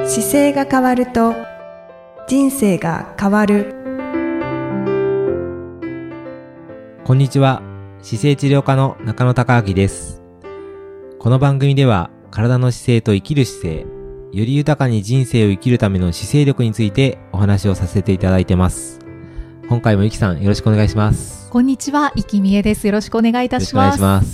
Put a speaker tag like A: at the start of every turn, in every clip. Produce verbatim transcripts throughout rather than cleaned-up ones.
A: 姿勢が変わると人生が変わる。
B: こんにちは。姿勢治療科の中野孝明です。この番組では体の姿勢と生きる姿勢、より豊かに人生を生きるための姿勢力についてお話をさせていただいてます。今回もゆきさんよろしくお願いします。
C: こんにちは、いきみえです。よろしくお願いいたします。
B: よろしくお願いします。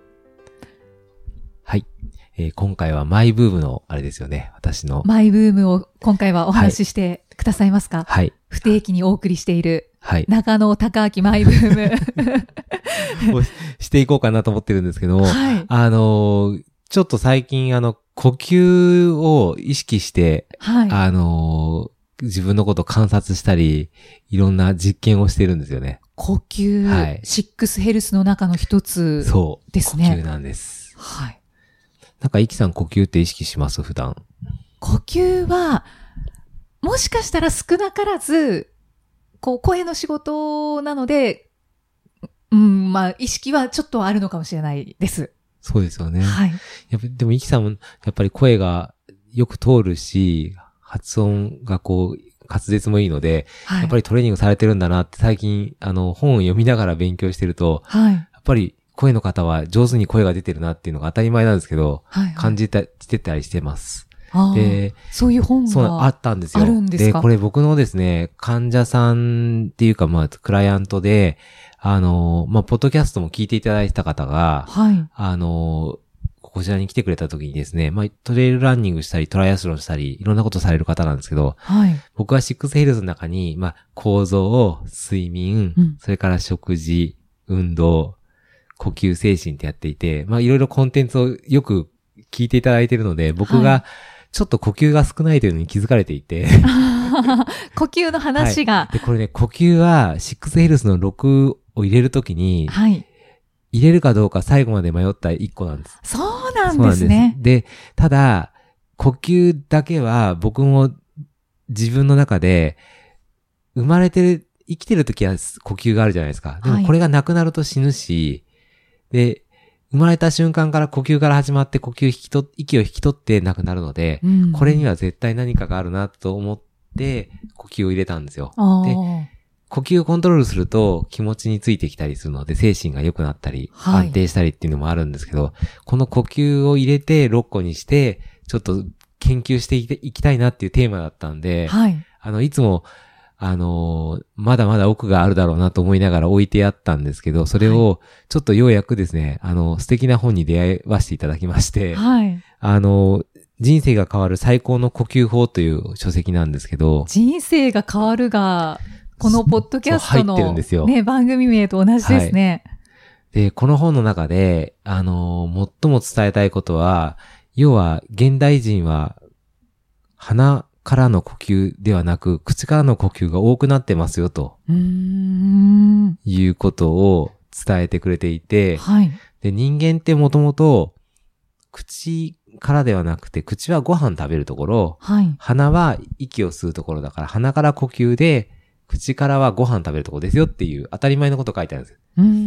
B: はい。えー、今回はマイブームのあれですよね。私の
C: マイブームを今回はお話ししてくださいますか？
B: はい。
C: 不定期にお送りしている、
B: はい、
C: 中野孝明マイブーム
B: をしていこうかなと思ってるんですけども、
C: はい、
B: あのー、ちょっと最近あの呼吸を意識して、はい、あのー、自分のことを観察したり、いろんな実験をしてるんですよね。
C: 呼吸、はい、シックスヘルスの中の一つですね。
B: そう、呼吸なんです。
C: はい。
B: なんか、イキさん呼吸って意識します？普段。
C: 呼吸は、もしかしたら少なからず、こう、声の仕事なので、うん、まあ、意識はちょっとあるのかもしれないです。
B: そうですよね。
C: はい。
B: やっぱでも、イキさんも、やっぱり声がよく通るし、発音がこう、滑舌もいいので、はい、やっぱりトレーニングされてるんだなって最近、あの、本を読みながら勉強してると、はい、やっぱり声の方は上手に声が出てるなっていうのが当たり前なんですけど、はいはい、感じた、してたりしてます。
C: で、そういう本が
B: そうあったんですよ。
C: あるんですか？
B: で、これ僕のですね、患者さんっていうか、まあ、クライアントで、あの、まあ、ポッドキャストも聞いていただいた方が、はい、あの、こちらに来てくれた時にですね、まあ、トレイルランニングしたり、トライアスロンしたり、いろんなことされる方なんですけど、はい、僕はシックスヘルスの中に、まあ、構造、睡眠、うん、それから食事、運動、呼吸、精神ってやっていて、まあ、いろいろコンテンツをよく聞いていただいているので、僕がちょっと呼吸が少ないというのに気づかれていて、
C: はい、呼吸の話が、
B: はい、で、これね、呼吸はシックスヘルスのろくを入れるときに、はい、入れるかどうか最後まで迷った一個なんです。
C: そうなんですね。
B: で、ただ、呼吸だけは僕も自分の中で、生まれてる、生きてるときは呼吸があるじゃないですか。でもこれがなくなると死ぬし、はい、で、生まれた瞬間から呼吸から始まって呼吸引き取、息を引き取ってなくなるので、うん、これには絶対何かがあるなと思って呼吸を入れたんですよ。で、呼吸をコントロールすると気持ちについてきたりするので精神が良くなったり、はい、安定したりっていうのもあるんですけど、この呼吸を入れてろっこにしてちょっと研究していきたいなっていうテーマだったんで、はい、あのいつもあのー、まだまだ奥があるだろうなと思いながら置いてあったんですけど、それをちょっとようやくですね、あの素敵な本に出会わせていただきまして、はい、あの人生が変わる最高の呼吸法という書籍なんですけど、
C: 人生が変わるがこのポッドキャストの、ね、番組名と同じですね。
B: はい、で、この本の中で、あのー、最も伝えたいことは、要は、現代人は、鼻からの呼吸ではなく、口からの呼吸が多くなってますよ、と。うーん。いうことを伝えてくれていて、はい。で、人間ってもともと、口からではなくて、口はご飯食べるところ、はい。鼻は息を吸うところだから、鼻から呼吸で、口からはご飯食べるところですよっていう当たり前のこと書いてあるんですよ。うんうんうん、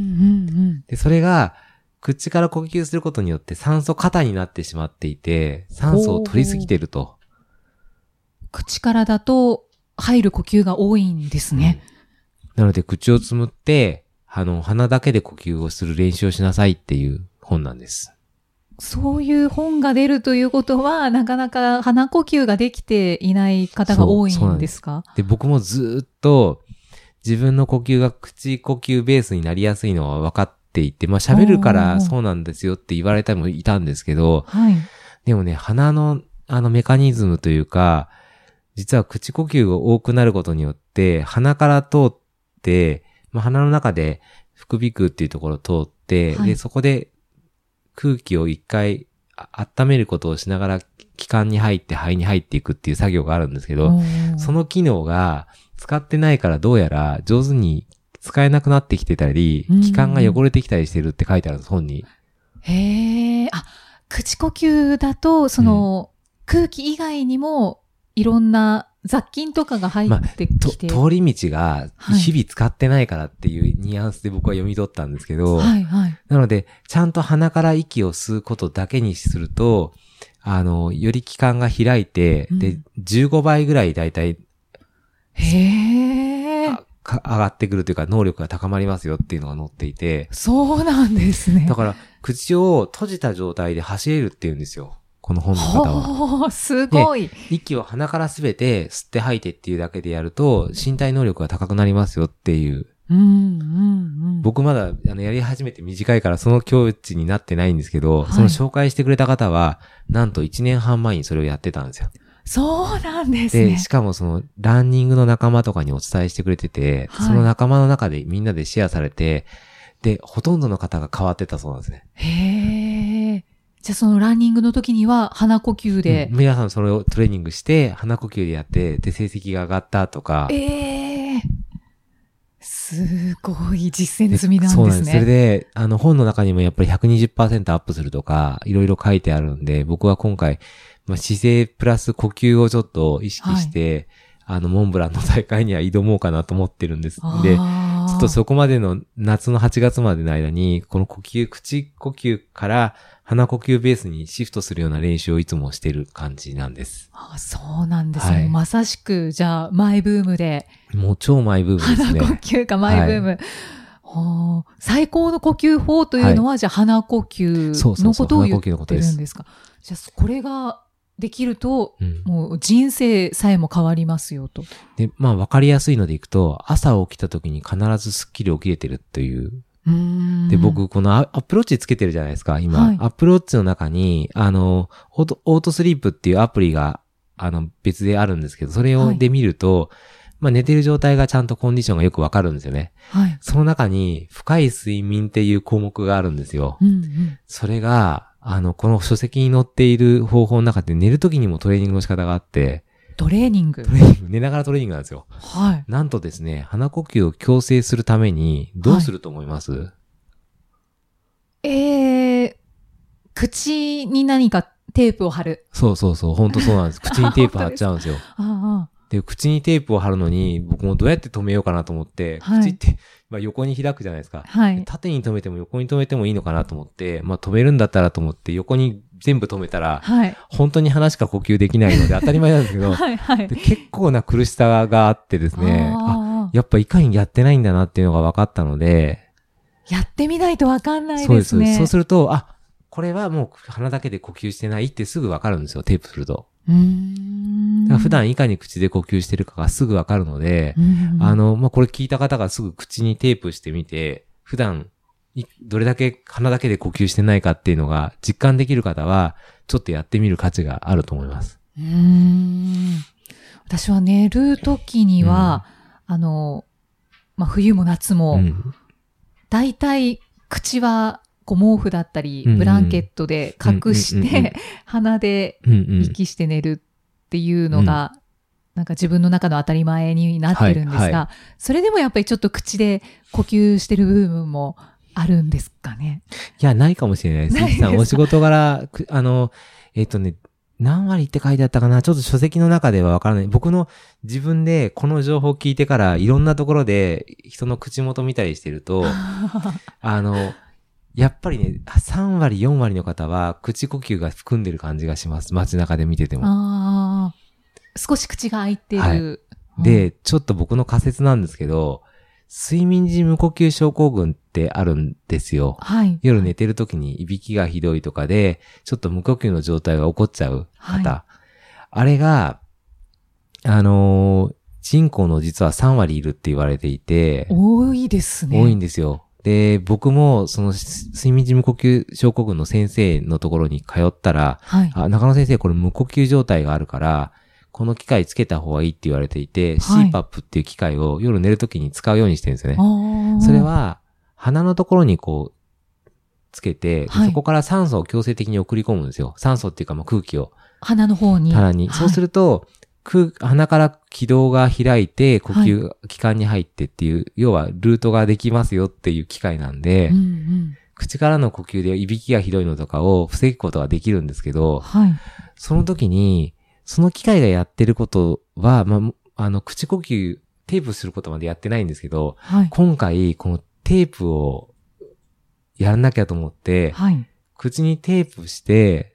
B: で、それが口から呼吸することによって酸素過多になってしまっていて、酸素を取りすぎてると。
C: 口からだと入る呼吸が多いんですね。
B: うん、なので口をつむって、あの、鼻だけで呼吸をする練習をしなさいっていう本なんです。
C: そういう本が出るということは、なかなか鼻呼吸ができていない方が多いんですか？
B: で、僕もずっと自分の呼吸が口呼吸ベースになりやすいのは分かっていて、まあ喋るからそうなんですよって言われたもいたんですけど、はい、でもね、鼻のあのメカニズムというか、実は口呼吸が多くなることによって、鼻から通って、まあ、鼻の中で副鼻腔っていうところを通って、はい、で、そこで空気を一回温めることをしながら気管に入って肺に入っていくっていう作業があるんですけど、その機能が使ってないからどうやら上手に使えなくなってきてたり、気管が汚れてきたりしてるって書いてあるんです、本に。
C: へー。あ、口呼吸だと、その、うん、空気以外にもいろんな雑菌とかが入ってきて、
B: まあ、通り道が日々使ってないからっていうニュアンスで僕は読み取ったんですけど、はいはい、なのでちゃんと鼻から息を吸うことだけにすると、 あの、より気管が開いて、
C: うん、
B: で、じゅうごばいぐらいだいたい、
C: へー。
B: 上がってくるというか、能力が高まりますよっていうのが載っていて。
C: そうなんですね。
B: だから、口を閉じた状態で走れるっていうんですよ。この本の方は。
C: ほー、すごい。
B: 息を鼻からすべて吸って吐いてっていうだけでやると、身体能力が高くなりますよっていう。
C: うんうんうん、
B: 僕まだあのやり始めて短いからその境地になってないんですけど、はい、その紹介してくれた方は、なんといちねんはんまえにそれをやってたんですよ。
C: そうなんですね。
B: で、しかもそのランニングの仲間とかにお伝えしてくれてて、はい、その仲間の中でみんなでシェアされて、で、ほとんどの方が変わってたそうなんですね。
C: へー。じゃあそのランニングの時には鼻呼吸で、
B: うん、皆さんそれをトレーニングして鼻呼吸でやって、で、成績が上がったとか。
C: えー。すごい実践済みなんですね。
B: そうなんです。それで、あの本の中にもやっぱり ひゃくにじゅっパーセント アップするとか、いろいろ書いてあるんで、僕は今回、まあ、姿勢プラス呼吸をちょっと意識して、はい、あの、モンブランの大会には挑もうかなと思ってるんです。で、ちょっとそこまでの夏のはちがつまでの間に、この呼吸、口呼吸から鼻呼吸ベースにシフトするような練習をいつもしてる感じなんです。
C: あ、そうなんですね。はい、まさしく、じゃあ、マイブームで。
B: もう超マイブームですね。
C: 鼻呼吸かマイブーム。はいはあ、最高の呼吸法というのは、はい、じゃあ鼻呼吸のことを言ってるんですか。じゃあこれができると、うん、もう人生さえも変わりますよと。
B: で、まあ分かりやすいのでいくと、朝起きた時に必ずスッキリ起きれてるという。
C: うーん
B: で、僕このアップローチつけてるじゃないですか、今。はい、アップローチの中に、あの、オート、オートスリープっていうアプリが、あの、別であるんですけど、それをで見ると、はいまあ寝てる状態がちゃんとコンディションがよくわかるんですよね。
C: はい。
B: その中に深い睡眠っていう項目があるんですよ。
C: うんうん、
B: それが、あの、この書籍に載っている方法の中で寝るときにもトレーニングの仕方があって。
C: トレーニング
B: トレーニング、寝ながらトレーニングなんですよ。
C: はい。
B: なんとですね、鼻呼吸を矯正するためにどうすると思います？はい、
C: えー、口に何かテープを貼る。
B: そうそうそう、本当そうなんです。口にテープ貼っちゃうんですよ。
C: ああ
B: で、口にテープを貼るのに、僕もどうやって止めようかなと思って、はい、口って、まあ、横に開くじゃないですか。
C: はい。
B: 縦に止めても横に止めてもいいのかなと思って、まあ、止めるんだったらと思って横に全部止めたら、
C: はい。
B: 本当に鼻しか呼吸できないので当たり前なんですけど、
C: はいはい。
B: で結構な苦しさがあってですね、あ、やっぱいかにやってないんだなっていうのが分かったので、
C: やってみないと分かんないですね。
B: そうです。そうすると、あ、これはもう鼻だけで呼吸してないってすぐ分かるんですよ、テープすると。
C: うーん
B: だから普段いかに口で呼吸してるかがすぐわかるので、
C: うん、
B: あの、まあ、これ聞いた方がすぐ口にテープしてみて、普段どれだけ鼻だけで呼吸してないかっていうのが実感できる方は、ちょっとやってみる価値があると思います。
C: うーん私は寝るときには、うん、あの、まあ、冬も夏も、うん、だいたい口はこう毛布だったり、ブランケットで隠して、鼻で息して寝るっていうのが、うん、なんか自分の中の当たり前になってるんですが、はいはい、それでもやっぱりちょっと口で呼吸してる部分もあるんですかね。
B: いや、ないかもしれないです。鈴木さん、お仕事柄、あの、えっとね、何割って書いてあったかな、ちょっと書籍の中ではわからない。僕の自分でこの情報を聞いてからいろんなところで人の口元見たりしてると、あの、やっぱりね、さんわり、よんわりの方は口呼吸が含んでる感じがします。街中で見てても。
C: あ少し口が開いてる。はい、
B: で、ちょっと僕の仮説なんですけど、睡眠時無呼吸症候群ってあるんですよ。
C: はい、
B: 夜寝てる時にいびきがひどいとかで、ちょっと無呼吸の状態が起こっちゃう方。はい、あれが、あのー、人口の実はさんわりいるって言われていて。
C: 多いですね。
B: 多いんですよ。で、僕も、その、睡眠時無呼吸症候群の先生のところに通ったら、
C: はい、
B: あ、中野先生、これ無呼吸状態があるから、この機械つけた方がいいって言われていて、はい、シーパップ っていう機械を夜寝るときに使うようにしてるんですよね。それは、鼻のところにこう、つけて、はい、そこから酸素を強制的に送り込むんですよ。酸素っていうか、まあ、空気を。
C: 鼻の方に。
B: 鼻に。はい、そうすると、空鼻から気道が開いて呼吸が気管に入ってっていう、はい、要はルートができますよっていう機械なんで、
C: うんうん、
B: 口からの呼吸でいびきがひどいのとかを防ぐことができるんですけど、
C: はい、
B: その時に、その機械がやってることは、まあ、あの、口呼吸、テープすることまでやってないんですけど、
C: はい、
B: 今回このテープをやらなきゃと思って、
C: はい、
B: 口にテープして、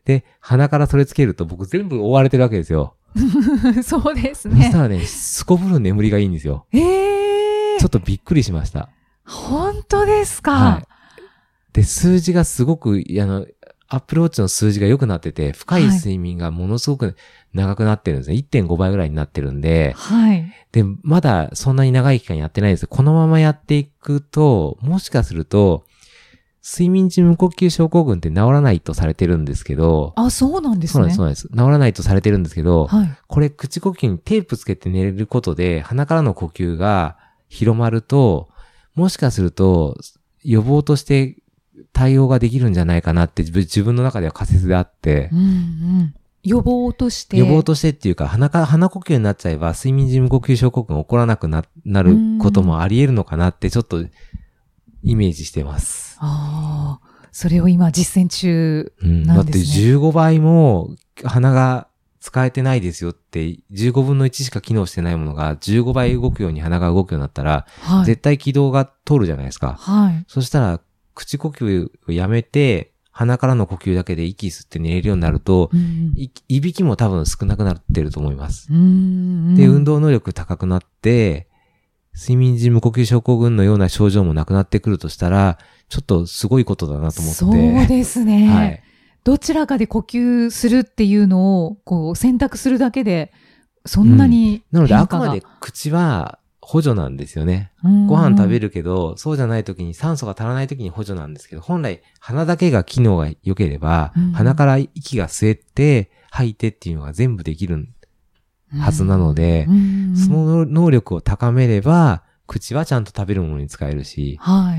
B: で、鼻からそれつけると僕全部覆われてるわけですよ。
C: そうです
B: そ
C: ね。
B: したらね、すこぶる眠りがいいんですよ。
C: ええー。
B: ちょっとびっくりしました。
C: 本当ですか。
B: はい。で、数字がすごく、あの、アップルウォッチの数字が良くなってて、深い睡眠がものすごく長くなってるんですね。いってんごばいぐらいになってるんで。
C: はい。
B: で、まだそんなに長い期間やってないんです。このままやっていくと、もしかすると、睡眠時無呼吸症候群って治らないとされてるんですけど。
C: あ、そうなんですね。
B: そうなんです、そうなんです。治らないとされてるんですけど、
C: はい、
B: これ口呼吸にテープつけて寝れることで、鼻からの呼吸が広まると、もしかすると、予防として対応ができるんじゃないかなって自分の中では仮説であって、
C: うんうん、予防として
B: 予防としてっていうか鼻か鼻呼吸になっちゃえば睡眠時無呼吸症候群が起こらなく な, なることもあり得るのかなってちょっとイメージしてます。
C: ああ、それを今実践中なんですね。うん、だって
B: じゅうごばいも鼻が使えてないですよってじゅうごぶんのいちしか機能してないものがじゅうごばい動くように鼻が動くようになったら、はい、絶対気道が通るじゃないですか。
C: はい。
B: そしたら口呼吸をやめて、鼻からの呼吸だけで息吸って寝れるようになると、うん、い, いびきも多分少なくなってると思います。
C: うんうん、
B: で、運動能力高くなって、睡眠時無呼吸症候群のような症状もなくなってくるとしたら、ちょっとすごいことだなと思って。
C: そうですね。
B: はい。
C: どちらかで呼吸するっていうのを、こう、選択するだけで、そんなに変化が、うん、
B: なので、あくまで口は、補助なんですよね。ご飯食べるけど、そうじゃない時に酸素が足らない時に補助なんですけど、本来鼻だけが機能が良ければ、うん、鼻から息が吸えて吐いてっていうのが全部できるはずなので、うん、その能力を高めれば、口はちゃんと食べるものに使えるし。
C: はい。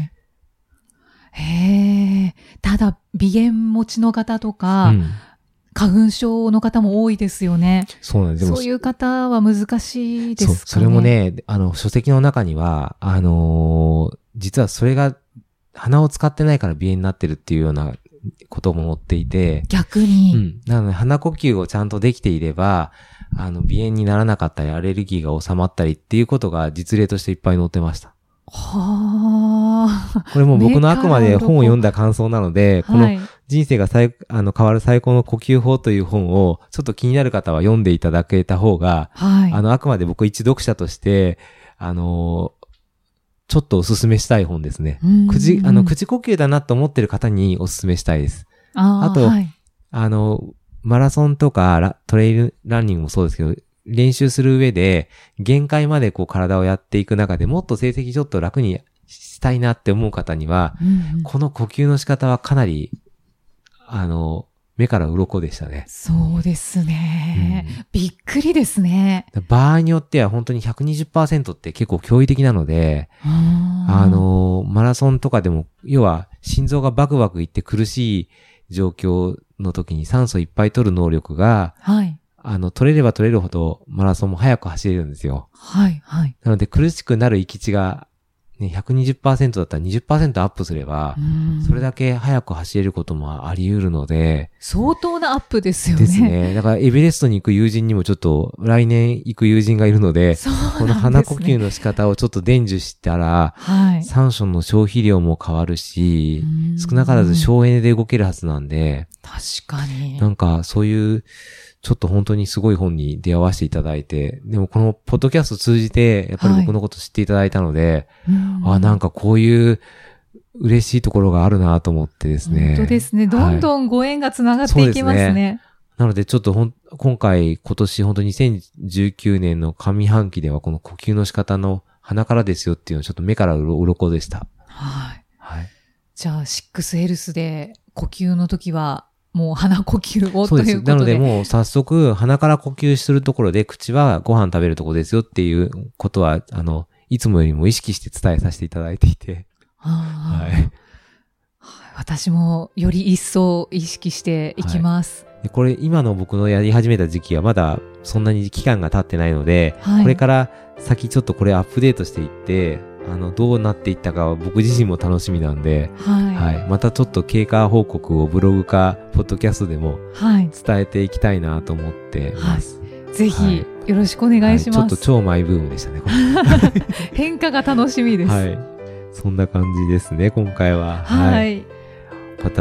C: へえ。ただ、鼻炎持ちの方とか、うん花粉症の方も多いですよね。
B: そうなんです。
C: そういう方は難しいですかね。そう、
B: それもね、あの、書籍の中には、あのー、実はそれが鼻を使ってないから鼻炎になってるっていうようなことも載っていて。
C: 逆に。
B: うん。なので、鼻呼吸をちゃんとできていれば、あの、鼻炎にならなかったり、アレルギーが収まったりっていうことが実例としていっぱい載ってました。
C: はあ。
B: これも僕のあくまで本を読んだ感想なので、この人生が最あの変わる最高の呼吸法という本をちょっと気になる方は読んでいただけた方が、はい、あのあくまで僕一読者としてあのちょっとお勧めしたい本ですね。口あの口呼吸だなと思ってる方にお勧めしたいです。あ, あと、はい、あのマラソンとかトレイルランニングもそうですけど。練習する上で、限界までこう体をやっていく中でもっと成績ちょっと楽にしたいなって思う方には、うんうん、この呼吸の仕方はかなり、あの、目から鱗でしたね。
C: そうですね、うん。びっくりですね。
B: 場合によっては本当に ひゃくにじゅっパーセント って結構驚異的なので、あの、マラソンとかでも、要は心臓がバクバクいって苦しい状況の時に酸素いっぱい取る能力が、はい。あの、取れれば取れるほどマラソンも早く走れるんですよ。
C: はい、はい。
B: なので苦しくなる域値が、ね、ひゃくにじゅっパーセント だったら にじゅっパーセント アップすれば、それだけ早く走れることもあり得るので。
C: 相当なアップですよね。
B: ですね。だからエベレストに行く友人にもちょっと来年行く友人がいるので、
C: そうなんですね、
B: この鼻呼吸の仕方をちょっと伝授したら、はい、酸素の消費量も変わるし、少なからず省エネで動けるはずなんで。
C: 確かに。
B: なんかそういう、ちょっと本当にすごい本に出会わせていただいて、でもこのポッドキャストを通じて、やっぱり僕のこと知っていただいたので、はい、あ、なんかこういう嬉しいところがあるなと思ってですね。
C: 本当ですね。どんどんご縁がつながっていきますね。はい、ね
B: なのでちょっとほん、今回、今年本当にせんじゅうきゅうねんの上半期ではこの呼吸の仕方の鼻からですよっていうのはちょっと目から鱗でした。
C: はい。はい。じゃあ、シックスヘルスで呼吸の時は、もう鼻呼吸をということで。そうです。
B: なのでもう早速鼻から呼吸するところで口はご飯食べるところですよっていうことは、あの、いつもよりも意識して伝えさせていただいていて。はい。
C: 私もより一層意識していきます。
B: はい、でこれ今の僕のやり始めた時期はまだそんなに期間が経ってないので、はい、これから先ちょっとこれアップデートしていって、あの、どうなっていったかは僕自身も楽しみなんで、はい。はい。またちょっと経過報告をブログか、ポッドキャストでも、伝えていきたいなと思ってます。
C: はい、ぜひ、よろしくお願いします、はい。
B: ちょっと超マイブームでしたね。
C: 変化が楽しみです。
B: はい。そんな感じですね、今回は。
C: はい。はい、
B: また、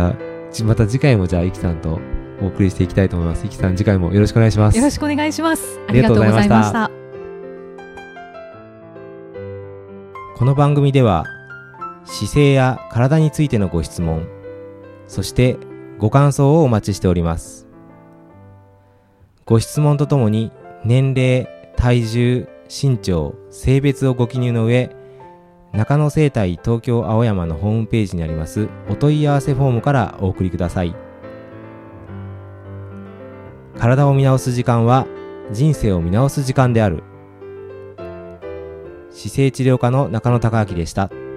B: また次回もじゃあ、イキさんとお送りしていきたいと思います。イキさん、次回もよろしくお願いします。
C: よろしくお願いします。ありがとうございました。
B: この番組では、姿勢や体についてのご質問、そしてご感想をお待ちしております。ご質問とともに年齢、体重、身長、性別をご記入の上、中野生態東京青山のホームページにありますお問い合わせフォームからお送りください。体を見直す時間は人生を見直す時間である。姿勢治療科の中野孝明でした。